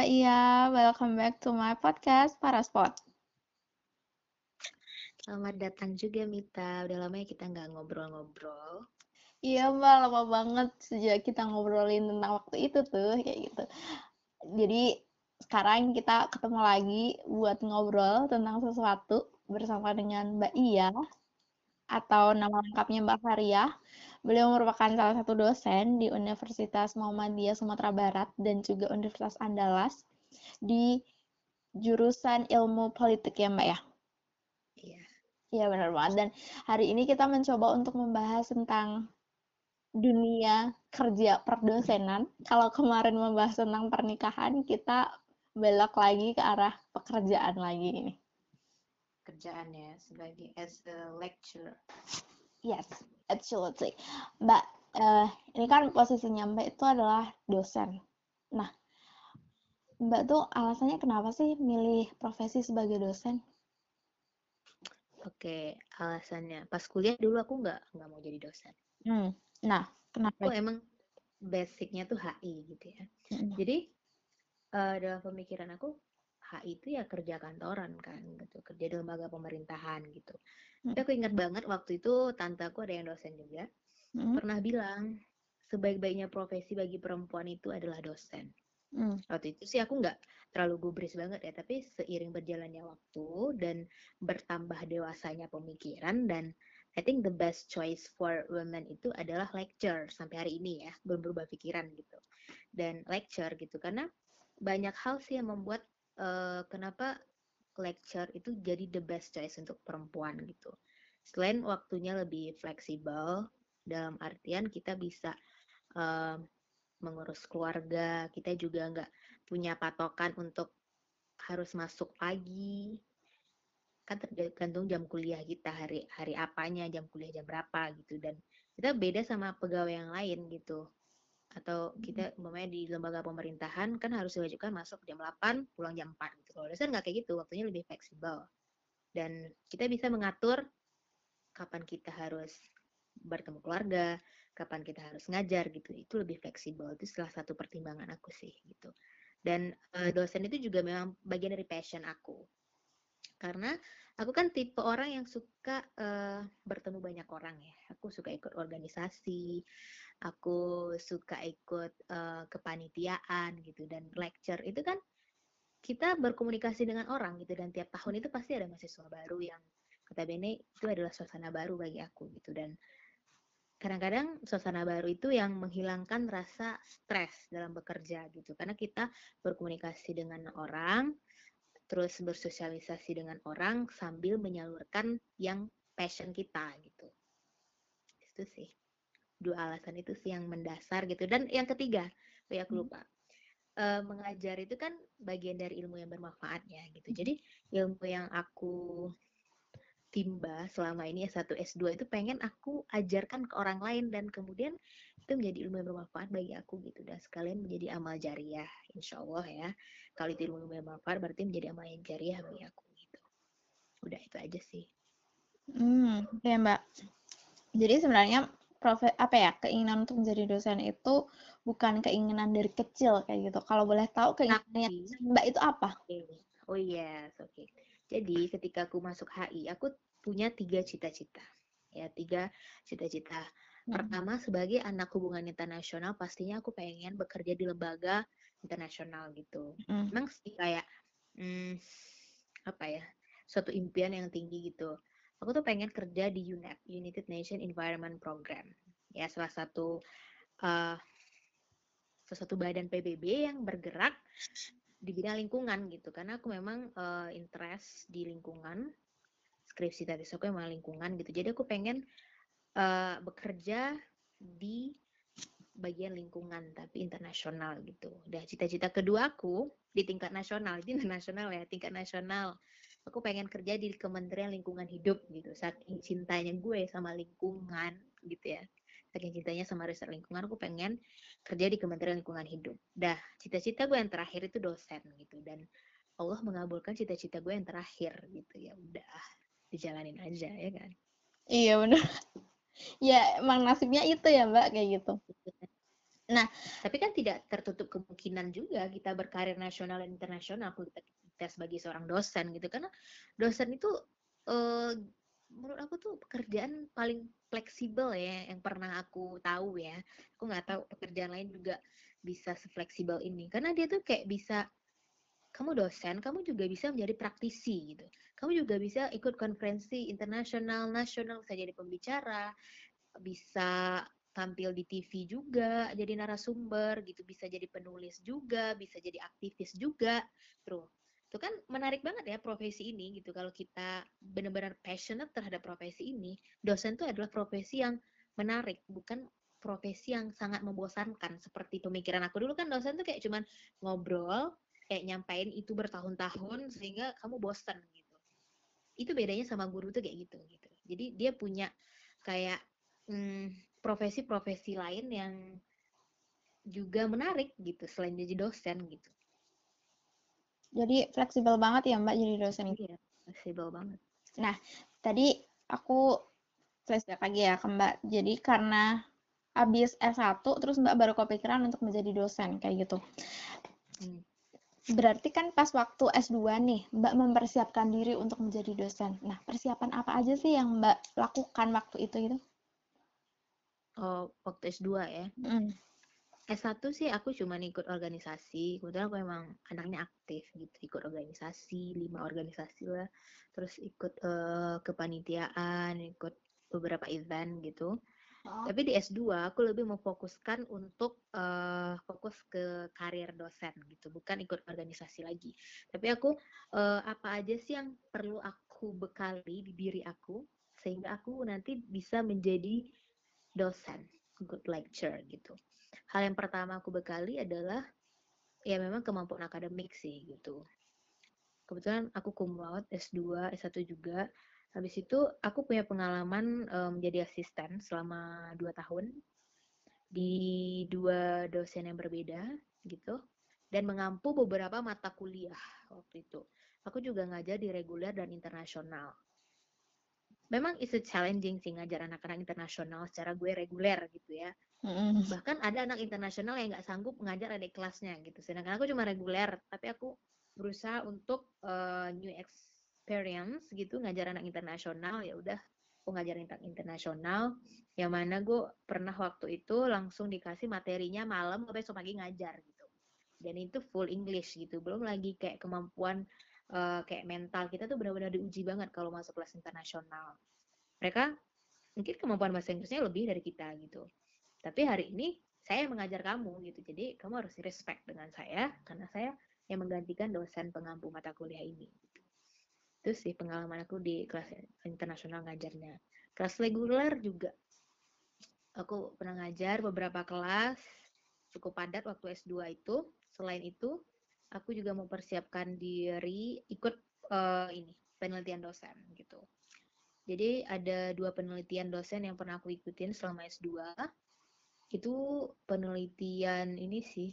Mbak Iya, welcome back to my podcast Paraspot. Selamat datang juga Mita, udah lama ya kita nggak ngobrol-ngobrol. Iya Mbak, lama banget sejak kita ngobrolin tentang waktu itu tuh, kayak gitu. Jadi sekarang kita ketemu lagi buat ngobrol tentang sesuatu bersama dengan Mbak Iya, atau nama lengkapnya Mbak Faria. Beliau merupakan salah satu dosen di Universitas Muhammadiyah Sumatera Barat dan juga Universitas Andalas di jurusan ilmu politik ya Mbak ya. Iya, Iya benar banget. Dan hari ini kita mencoba untuk membahas tentang dunia kerja perdosenan. Kalau kemarin membahas tentang pernikahan, kita belok lagi ke arah pekerjaan lagi ini. kerjaan ya sebagai as a lecturer. Yes, absolutely. Mbak, ini kan posisinya Mbak itu adalah dosen. Nah, Mbak tuh alasannya kenapa sih milih profesi sebagai dosen? Oke, alasannya pas kuliah dulu aku nggak mau jadi dosen. Hmm. Nah, kenapa? Aku emang basicnya tuh HI gitu ya. Mm-mm. Jadi dalam pemikiran aku HI itu ya kerja kantoran kan gitu, kerja di lembaga pemerintahan gitu. Tapi aku ingat banget waktu itu tante aku ada yang dosen juga Mm-mm. pernah bilang sebaik-baiknya profesi bagi perempuan itu adalah dosen. Mm. Waktu itu sih aku nggak terlalu gubris banget ya, tapi seiring berjalannya waktu dan bertambah dewasanya pemikiran dan I think the best choice for women itu adalah lecture sampai hari ini ya, belum berubah pikiran gitu. Dan lecture gitu karena banyak hal sih yang membuat kenapa lecture itu jadi the best choice untuk perempuan gitu. Selain waktunya lebih fleksibel, dalam artian kita bisa uh, mengurus keluarga, kita juga nggak punya patokan untuk harus masuk pagi, kan tergantung jam kuliah kita hari hari apanya, jam kuliah jam berapa gitu dan kita beda sama pegawai yang lain gitu. Atau kita umpamanya di lembaga pemerintahan kan harus diwajibkan masuk jam 8, pulang jam 4 gitu. Kalau dosen nggak kayak gitu, waktunya lebih fleksibel. Dan kita bisa mengatur kapan kita harus bertemu keluarga, kapan kita harus ngajar gitu. Itu lebih fleksibel. Itu salah satu pertimbangan aku sih gitu. Dan dosen itu juga memang bagian dari passion aku. Karena aku kan tipe orang yang suka bertemu banyak orang ya. Aku suka ikut organisasi, aku suka ikut kepanitiaan gitu dan lecture itu kan kita berkomunikasi dengan orang gitu dan tiap tahun itu pasti ada mahasiswa baru yang notabene itu adalah suasana baru bagi aku gitu dan kadang-kadang suasana baru itu yang menghilangkan rasa stres dalam bekerja gitu karena kita berkomunikasi dengan orang terus bersosialisasi dengan orang sambil menyalurkan yang passion kita gitu itu sih dua alasan itu sih yang mendasar gitu dan yang ketiga oh ya aku lupa mengajar itu kan bagian dari ilmu yang bermanfaat ya gitu jadi ilmu yang aku timba selama ini S1 S2 itu pengen aku ajarkan ke orang lain dan kemudian itu menjadi ilmu yang bermanfaat bagi aku gitu dan sekalian menjadi amal jariah insya Allah ya kalau itu ilmu yang bermanfaat berarti menjadi amal yang jariah bagi aku gitu udah itu aja sih. Oke Mbak. Jadi sebenarnya apa ya, keinginan untuk menjadi dosen itu bukan keinginan dari kecil kayak gitu. Kalau boleh tahu keinginannya Tapi Mbak itu apa? okay. Oh yes oke okay. Jadi ketika aku masuk HI aku punya tiga cita-cita ya tiga cita-cita. Hmm. Pertama sebagai anak hubungan internasional pastinya aku pengen bekerja di lembaga internasional gitu. Hmm. Emang sih kayak hmm, apa ya suatu impian yang tinggi gitu. Aku tuh pengen kerja di UNEP United Nations Environment Program ya uh, salah satu badan PBB yang bergerak di bidang lingkungan gitu karena aku memang interest di lingkungan skripsi tadi aku memang lingkungan gitu jadi aku pengen bekerja di bagian lingkungan tapi internasional gitu. Udah cita-cita kedua aku di tingkat nasional, itu internasional ya, tingkat nasional. Aku pengen kerja di Kementerian Lingkungan Hidup gitu. Saking cintanya gue sama lingkungan gitu ya. Saking cintanya sama riset lingkungan, aku pengen kerja di Kementerian Lingkungan Hidup. Dah, cita-cita gue yang terakhir itu dosen gitu dan Allah mengabulkan cita-cita gue yang terakhir gitu ya. Udah, dijalanin aja ya kan. Iya bener. Ya emang nasibnya itu ya Mbak kayak gitu. Nah, Tapi kan tidak tertutup kemungkinan juga kita berkarir nasional dan internasional kalau kita sebagai seorang dosen gitu. Karena dosen itu eh, menurut aku tuh pekerjaan paling fleksibel ya yang pernah aku tahu ya. Aku nggak tahu pekerjaan lain juga bisa sefleksibel ini. Karena dia tuh kayak bisa, kamu dosen, kamu juga bisa menjadi praktisi gitu. Kamu juga bisa ikut konferensi internasional, nasional, bisa jadi pembicara, bisa tampil di TV juga, jadi narasumber gitu, bisa jadi penulis juga, bisa jadi aktivis juga. Terus, itu kan menarik banget ya profesi ini gitu. Kalau kita benar-benar passionate terhadap profesi ini, dosen itu adalah profesi yang menarik, bukan profesi yang sangat membosankan seperti pemikiran aku dulu. Kan dosen tuh kayak cuman ngobrol, kayak nyampein itu bertahun-tahun sehingga kamu bosan gitu. Itu bedanya sama guru tuh kayak gitu gitu. Jadi dia punya kayak profesi-profesi lain yang juga menarik gitu selain jadi dosen gitu. jadi fleksibel banget ya Mbak jadi dosen itu. Iya, fleksibel banget. Nah, tadi aku flashback lagi ya ke Mbak. Jadi karena habis S1 terus Mbak baru kepikiran untuk menjadi dosen kayak gitu. Hmm. Berarti kan pas waktu S2 nih, Mbak mempersiapkan diri untuk menjadi dosen. Nah, persiapan apa aja sih yang Mbak lakukan waktu itu gitu? Oh, waktu S2 ya. Mm. S1 sih aku cuma ikut organisasi. Kebetulan aku emang anaknya aktif gitu, ikut organisasi, 5 organisasi lah. Terus ikut kepanitiaan, ikut beberapa event gitu. Oh. Tapi di S2 aku lebih memfokuskan untuk fokus ke karir dosen gitu, bukan ikut organisasi lagi. Tapi aku apa aja sih yang perlu aku bekali di diri aku sehingga aku nanti bisa menjadi dosen, good lecturer gitu. Hal yang pertama aku bekali adalah ya memang kemampuan akademik sih gitu. Kebetulan aku cum laude S2, S1 juga. Habis itu aku punya pengalaman menjadi asisten selama 2 tahun di dua dosen yang berbeda gitu dan mengampu beberapa mata kuliah waktu itu. Aku juga ngajar di reguler dan internasional. Memang it's a challenging sih ngajar anak-anak internasional secara gue reguler gitu ya. Mm. Bahkan ada anak internasional yang nggak sanggup ngajar adik kelasnya gitu. Sedangkan aku cuma reguler, tapi aku berusaha untuk new experience gitu ngajar anak internasional. Ya udah, aku ngajar anak internasional. Yang mana gue pernah waktu itu langsung dikasih materinya malam, besok pagi ngajar gitu. Dan itu full English gitu. Belum lagi kayak kemampuan kayak mental kita tuh benar-benar diuji banget kalau masuk kelas internasional. Mereka mungkin kemampuan bahasa Inggrisnya lebih dari kita gitu. Tapi hari ini saya mengajar kamu gitu. Jadi kamu harus respect dengan saya karena saya yang menggantikan dosen pengampu mata kuliah ini. Itu sih pengalaman aku di kelas internasional ngajarnya. Kelas reguler juga aku pernah ngajar beberapa kelas cukup padat waktu S2 itu. Selain itu, aku juga mempersiapkan diri ikut ini penelitian dosen gitu. Jadi ada 2 penelitian dosen yang pernah aku ikutin selama S2. Itu penelitian ini sih,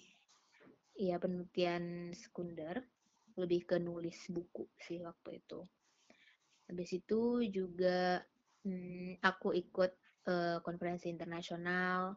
ya penelitian sekunder, lebih ke nulis buku sih waktu itu. Habis itu juga aku ikut konferensi internasional,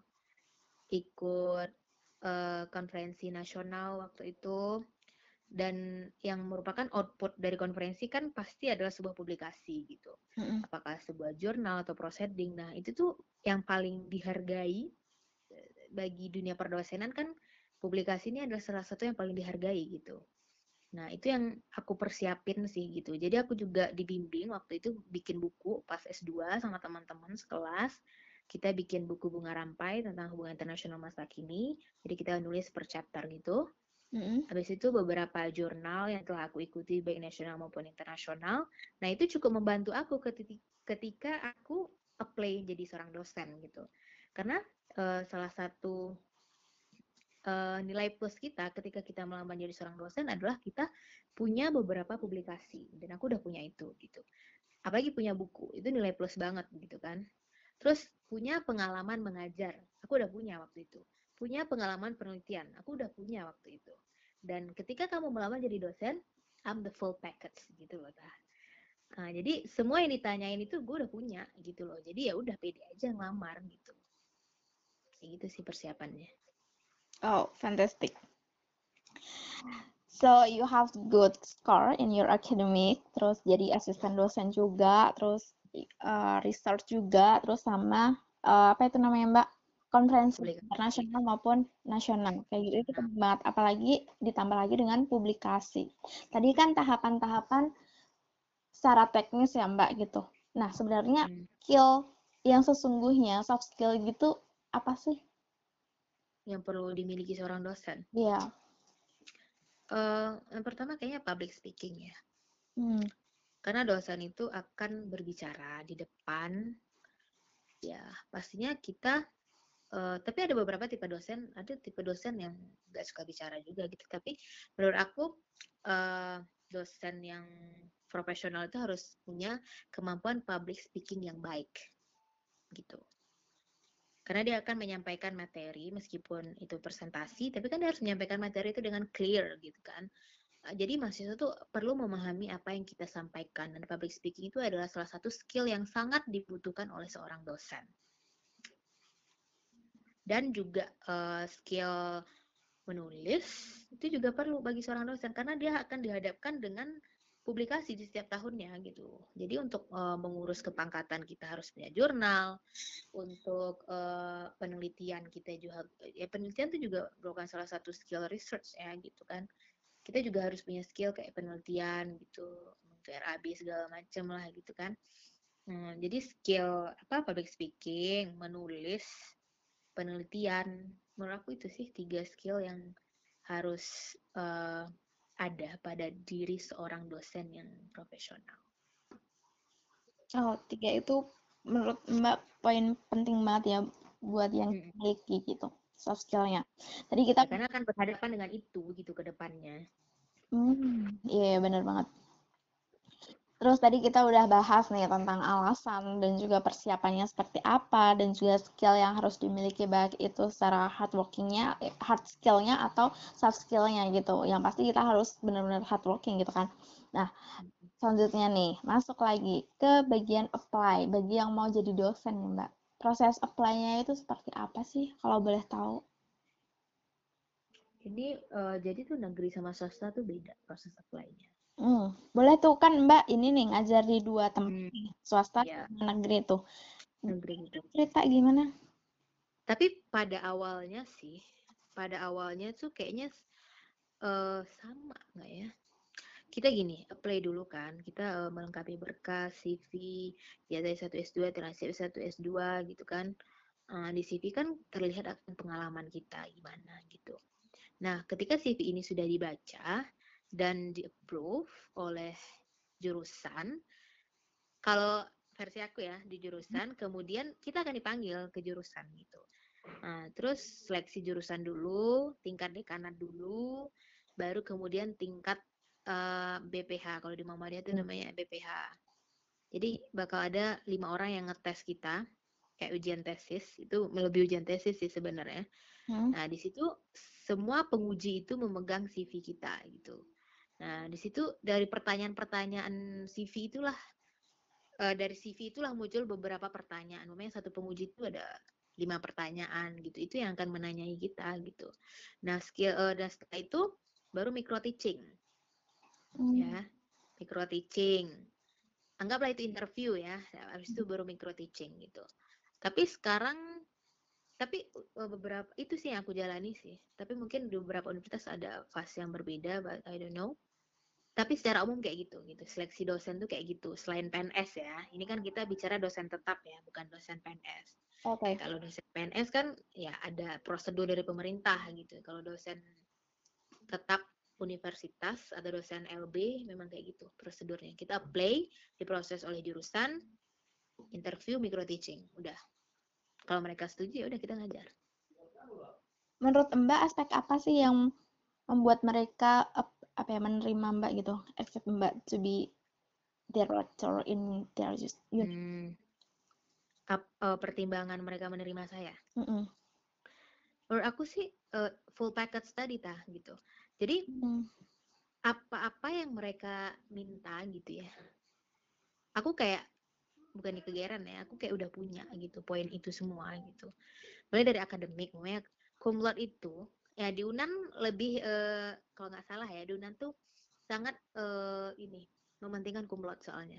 ikut konferensi nasional waktu itu, dan yang merupakan output dari konferensi kan pasti adalah sebuah publikasi gitu. Mm. Apakah sebuah jurnal atau proceeding. Nah, itu tuh yang paling dihargai bagi dunia perdosenan kan publikasi ini adalah salah satu yang paling dihargai gitu. Nah, itu yang aku persiapin sih gitu. Jadi aku juga dibimbing waktu itu bikin buku pas S2 sama teman-teman sekelas. Kita bikin buku bunga rampai tentang hubungan internasional masa kini. Jadi kita nulis per chapter gitu. Mm. Habis itu beberapa jurnal yang telah aku ikuti baik nasional maupun internasional. Nah, itu cukup membantu aku ketika aku apply jadi seorang dosen gitu. Karena salah satu nilai plus kita ketika kita melamar jadi seorang dosen adalah kita punya beberapa publikasi dan aku udah punya itu gitu. Apalagi punya buku, itu nilai plus banget gitu kan. Terus punya pengalaman mengajar, aku udah punya waktu itu. Punya pengalaman penelitian, aku udah punya waktu itu. Dan ketika kamu melamar jadi dosen, I'm the full package gitu loh. Nah, jadi semua yang ditanyain itu gue udah punya gitu loh. Jadi ya udah pede aja ngelamar gitu. Kayak gitu sih persiapannya. Oh, fantastic. So you have good score in your academic, terus jadi asisten dosen juga, terus research juga, terus sama apa itu namanya Mbak? Konferensi Publikasi. internasional maupun nasional. Kayak gitu itu penting banget, apalagi ditambah lagi dengan publikasi. Tadi kan tahapan-tahapan secara teknis ya Mbak gitu. Nah, sebenarnya Hmm. skill yang sesungguhnya, soft skill gitu apa sih? Yang perlu dimiliki seorang dosen. Iya. Yang pertama kayaknya public speaking ya. Hmm. Karena dosen itu akan berbicara di depan, ya pastinya kita, tapi ada beberapa tipe dosen, ada tipe dosen yang nggak suka bicara juga gitu. Tapi menurut aku dosen yang profesional itu harus punya kemampuan public speaking yang baik gitu. Karena dia akan menyampaikan materi meskipun itu presentasi, tapi kan dia harus menyampaikan materi itu dengan clear gitu kan. Jadi mahasiswa tuh perlu memahami apa yang kita sampaikan, dan public speaking itu adalah salah satu skill yang sangat dibutuhkan oleh seorang dosen. Dan juga skill menulis itu juga perlu bagi seorang dosen karena dia akan dihadapkan dengan publikasi di setiap tahunnya gitu. Jadi untuk mengurus kepangkatan kita harus punya jurnal, untuk penelitian kita juga, ya penelitian itu juga merupakan salah satu skill research ya gitu kan. Kita juga harus punya skill kayak penelitian gitu, RAB segala macam lah gitu kan. Jadi skill apa public speaking, menulis, penelitian, menurut aku itu sih 3 skill yang harus ada pada diri seorang dosen yang profesional. Oh, 3 itu menurut Mbak poin penting banget ya buat yang Mm-mm. memiliki gitu soft skill-nya. Tadi kita, Ya karena akan berhadapan dengan itu gitu ke depannya. iya bener banget. Terus tadi kita udah bahas nih tentang alasan dan juga persiapannya seperti apa dan juga skill yang harus dimiliki baik itu secara hardworkingnya, hard skill-nya atau soft skill-nya gitu. Yang pasti kita harus benar-benar hardworking gitu kan. Nah, selanjutnya nih, masuk lagi ke bagian apply, bagi yang mau jadi dosen nih, Mbak. Proses apply-nya itu seperti apa sih, kalau boleh tahu? Ini jadi tuh negeri sama swasta tuh beda proses apply-nya. Boleh tuh kan Mbak ini nih ngajar di 2 tempat Hmm, nih, swasta ya, sama negeri tuh. negeri gitu. Cerita gimana? Tapi pada awalnya tuh kayaknya sama nggak ya? Kita gini, apply dulu kan, kita melengkapi berkas, CV, ya dari satu S2, transkrip satu S2 gitu kan. Di CV kan terlihat akan pengalaman kita gimana gitu. Nah, ketika CV ini sudah dibaca dan di-approve oleh jurusan, kalau versi aku ya di jurusan, kemudian kita akan dipanggil ke jurusan gitu. Nah, terus seleksi jurusan dulu, tingkat dekanat dulu, baru kemudian tingkat BPH. Kalau di Muhammadiyah itu namanya BPH. Jadi bakal ada 5 orang yang ngetes kita, kayak ujian tesis. Itu melebihi ujian tesis sih sebenarnya. Hmm? Nah, di situ semua penguji itu memegang CV kita gitu. Nah, di situ dari pertanyaan-pertanyaan CV itulah dari CV itulah muncul beberapa pertanyaan. Namanya satu penguji itu ada 5 pertanyaan gitu. Itu yang akan menanyai kita gitu. Nah, dan setelah itu baru micro teaching Hmm. ya. Micro teaching. Anggaplah itu interview ya. Habis itu baru micro teaching gitu. Tapi sekarang beberapa itu sih yang aku jalani sih. Tapi mungkin di beberapa universitas ada fase yang berbeda, but I don't know. Tapi secara umum kayak gitu. Seleksi dosen tuh kayak gitu. Selain PNS ya, ini kan kita bicara dosen tetap ya, bukan dosen PNS. Oke. Kalau dosen PNS kan ya ada prosedur dari pemerintah gitu. Kalau dosen tetap universitas atau dosen LB memang kayak gitu prosedurnya. Kita apply, diproses oleh jurusan, interview, micro teaching. Udah. Kalau mereka setuju ya udah kita ngajar. Menurut Mbak aspek apa sih yang membuat mereka apa ya menerima Mbak gitu, accept Mbak to be director in their unit? Hmm, pertimbangan mereka menerima saya. Mm-mm. Menurut aku sih full package tadi tah gitu. Jadi Hmm. apa-apa yang mereka minta gitu ya. Aku kayak bukan di kegeran ya, aku kayak udah punya gitu poin itu semua gitu. Mulai dari akademik, namanya cum laude itu Ya di Unan lebih kalau nggak salah ya, di Unan tuh sangat ini mementingkan cum laude soalnya.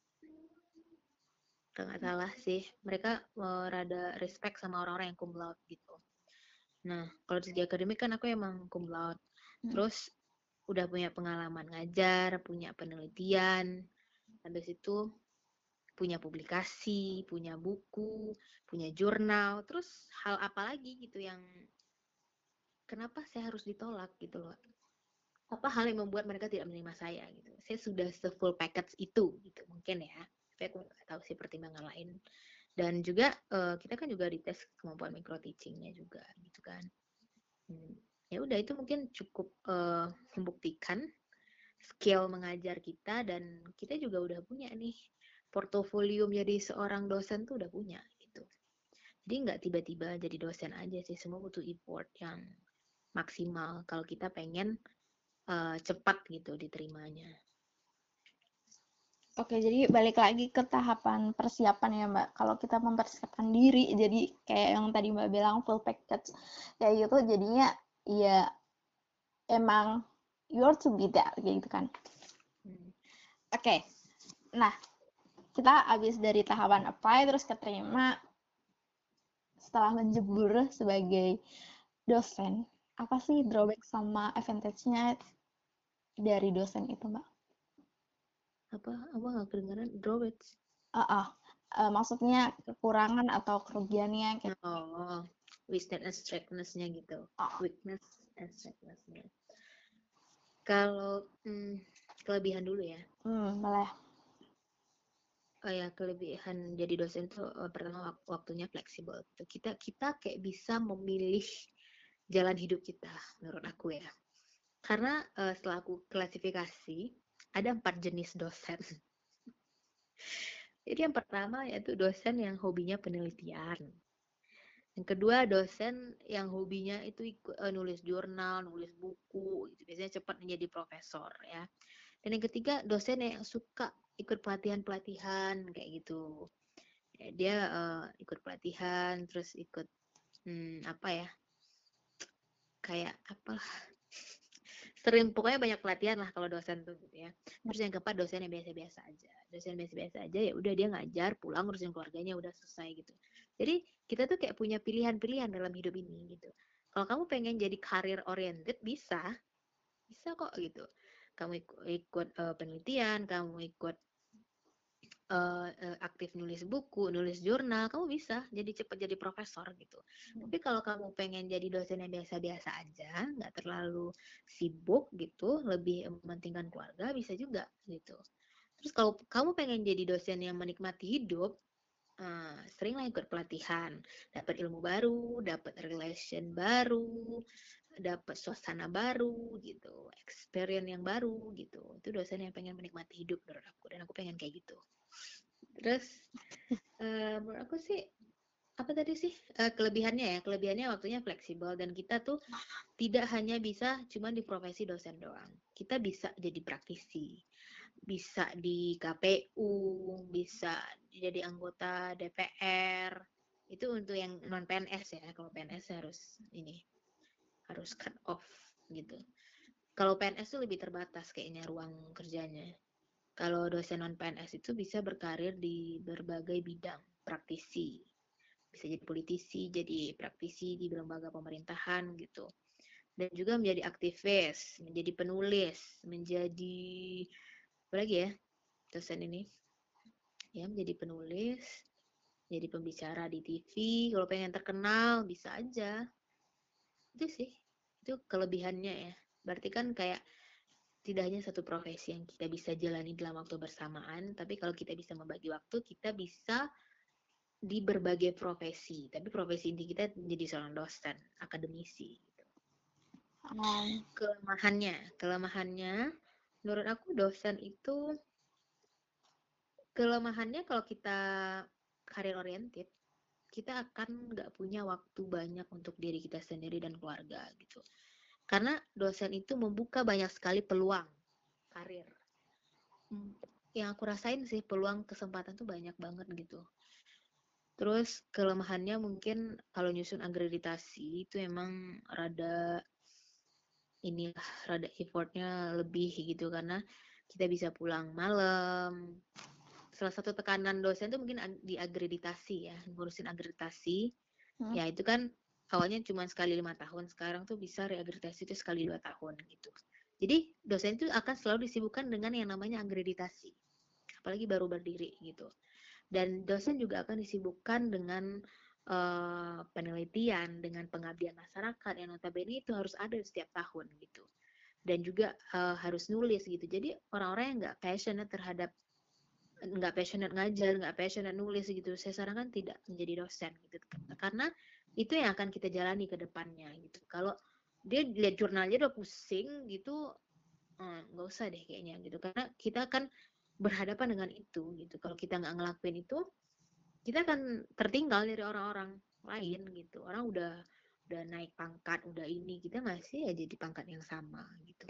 Kalau nggak salah sih, mereka rada respect sama orang-orang yang cum laude gitu. Nah, kalau di segi akademik kan aku emang cum laude. Hmm. Terus udah punya pengalaman ngajar, punya penelitian, habis itu punya publikasi, punya buku, punya jurnal, terus hal apa lagi gitu yang kenapa saya harus ditolak gitu loh. Apa hal yang membuat mereka tidak menerima saya gitu. Saya sudah full package itu gitu mungkin ya. Tapi aku nggak tahu sih pertimbangan lain. Dan juga kita kan juga dites kemampuan micro teachingnya juga gitu kan. Hmm. Ya udah itu mungkin cukup membuktikan skill mengajar kita dan kita juga udah punya nih portofolio menjadi seorang dosen tuh udah punya gitu. Jadi nggak tiba-tiba jadi dosen aja sih, semua butuh effort yang maksimal kalau kita pengen cepat gitu diterimanya. Oke, jadi balik lagi ke tahapan persiapan ya, Mbak. Kalau kita mempersiapkan diri, jadi kayak yang tadi Mbak bilang full package kayak gitu, jadinya ya emang you're to be there kayak gitu kan. Hmm. Oke, nah kita habis dari tahapan apply terus keterima setelah menjebur sebagai dosen. Apa sih drawback sama advantage-nya dari dosen itu, Mbak? Apa nggak kedengaran drawbacks? Ah, maksudnya kekurangan atau kerugiannya kayak Oh, weakness and strengthness-nya gitu. oh, Weakness and strengthness-nya. Kalau kelebihan dulu ya. boleh. Oh ya, kelebihan jadi dosen tuh pertama waktunya fleksibel gitu. Kita kayak bisa memilih jalan hidup kita menurut aku ya. Karena setelah aku klasifikasi ada 4 jenis dosen. Jadi yang pertama yaitu dosen yang hobinya penelitian. Yang kedua dosen yang hobinya itu nulis jurnal, nulis buku, gitu. Biasanya cepat menjadi profesor ya. Dan yang ketiga dosen yang suka ikut pelatihan-pelatihan kayak gitu. Ya, dia ikut pelatihan, terus ikut apa ya, kayak apa sering pokoknya banyak pelatihan lah kalau dosen tuh gitu ya. Terus yang keempat dosen yang biasa-biasa aja. Dosen biasa-biasa aja ya udah dia ngajar, pulang ngurusin keluarganya udah selesai gitu. Jadi kita tuh kayak punya pilihan-pilihan dalam hidup ini gitu. Kalau kamu pengen jadi karir oriented bisa kok gitu. Kamu ikut penelitian, kamu ikut aktif nulis buku, nulis jurnal, kamu bisa jadi cepet jadi profesor gitu. Tapi kalau kamu pengen jadi dosen yang biasa-biasa aja, nggak terlalu sibuk gitu, lebih mementingkan keluarga, bisa juga gitu. Terus kalau kamu pengen jadi dosen yang menikmati hidup, seringlah ikut pelatihan, dapat ilmu baru, dapat relation baru, dapat suasana baru gitu, experience yang baru gitu. Itu dosen yang pengen menikmati hidup menurut aku dan aku pengen kayak gitu. Terus menurut aku sih apa tadi sih kelebihannya ya, kelebihannya waktunya fleksibel dan kita tuh tidak hanya bisa cuma di profesi dosen doang, kita bisa jadi praktisi, bisa di KPU, bisa jadi anggota DPR. Itu untuk yang non PNS ya, kalau PNS harus cut off gitu. Kalau PNS tuh lebih terbatas kayaknya ruang kerjanya. Kalau dosen non PNS itu bisa berkarir di berbagai bidang, praktisi, bisa jadi politisi, jadi praktisi di lembaga pemerintahan gitu. Dan juga menjadi aktivis, menjadi penulis, menjadi apa lagi ya dosen ini? Ya menjadi penulis, jadi pembicara di TV. Kalau pengen terkenal bisa aja. Itu sih, itu kelebihannya ya. Berarti kan kayak tidak hanya satu profesi yang kita bisa jalani dalam waktu bersamaan, tapi kalau kita bisa membagi waktu, kita bisa di berbagai profesi. Tapi profesi inti kita menjadi seorang dosen, akademisi. Gitu. Um, Kelemahannya, menurut aku dosen itu kelemahannya kalau kita karir oriented, kita akan nggak punya waktu banyak untuk diri kita sendiri dan keluarga gitu. Karena dosen itu membuka banyak sekali peluang karir. Yang aku rasain sih peluang kesempatan tuh banyak banget gitu. Terus kelemahannya mungkin kalau nyusun akreditasi itu emang rada inilah rada effortnya lebih gitu karena kita bisa pulang malam. Salah satu tekanan dosen tuh mungkin di akreditasi ya, ngurusin akreditasi. Hmm. Ya itu kan awalnya cuma sekali 5 tahun, sekarang tuh bisa reakreditasi itu sekali 2 tahun gitu. Jadi dosen itu akan selalu disibukkan dengan yang namanya akreditasi, apalagi baru berdiri gitu. Dan dosen juga akan disibukkan dengan penelitian, dengan pengabdian masyarakat yang notabene itu harus ada setiap tahun gitu. Dan juga harus nulis gitu. Jadi orang-orang yang nggak passionate ngajar, nggak passionate nulis gitu, saya sarankan tidak menjadi dosen gitu. Karena itu yang akan kita jalani ke depannya gitu. Kalau dia lihat jurnalnya udah pusing gitu, nggak usah deh kayaknya gitu. Karena kita akan berhadapan dengan itu gitu. Kalau kita nggak ngelakuin itu, kita akan tertinggal dari orang-orang lain gitu. Orang udah naik pangkat, udah ini, kita masih aja di pangkat yang sama gitu.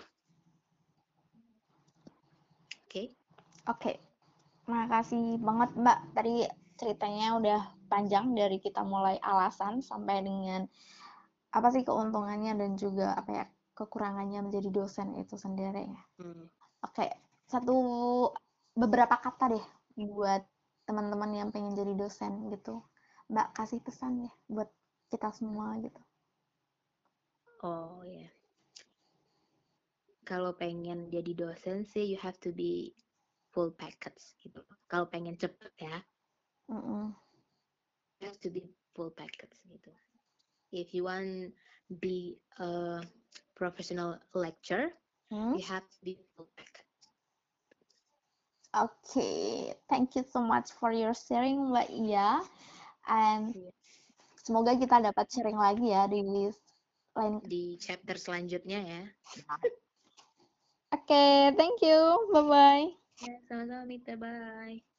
Oke. Oke, makasih banget Mbak. Tadi ceritanya udah panjang dari kita mulai alasan sampai dengan apa sih keuntungannya dan juga apa ya kekurangannya menjadi dosen itu sendiri ya. Hmm. Oke, beberapa kata deh buat teman-teman yang pengen jadi dosen gitu. Mbak kasih pesan ya buat kita semua gitu. Oh ya. Kalau pengen jadi dosen sih you have to be full package gitu. Kalau pengen cepet ya, Mm-mm. you have to be full package gitu. If you want be a professional lecturer, Hmm? you have to be full package. Oke, thank you so much for your sharing Mbak Iya. And Yeah. semoga kita dapat sharing lagi ya di lain. Di chapter selanjutnya ya. Oke, thank you. Bye-bye. Ya, sama-sama Mita, bye.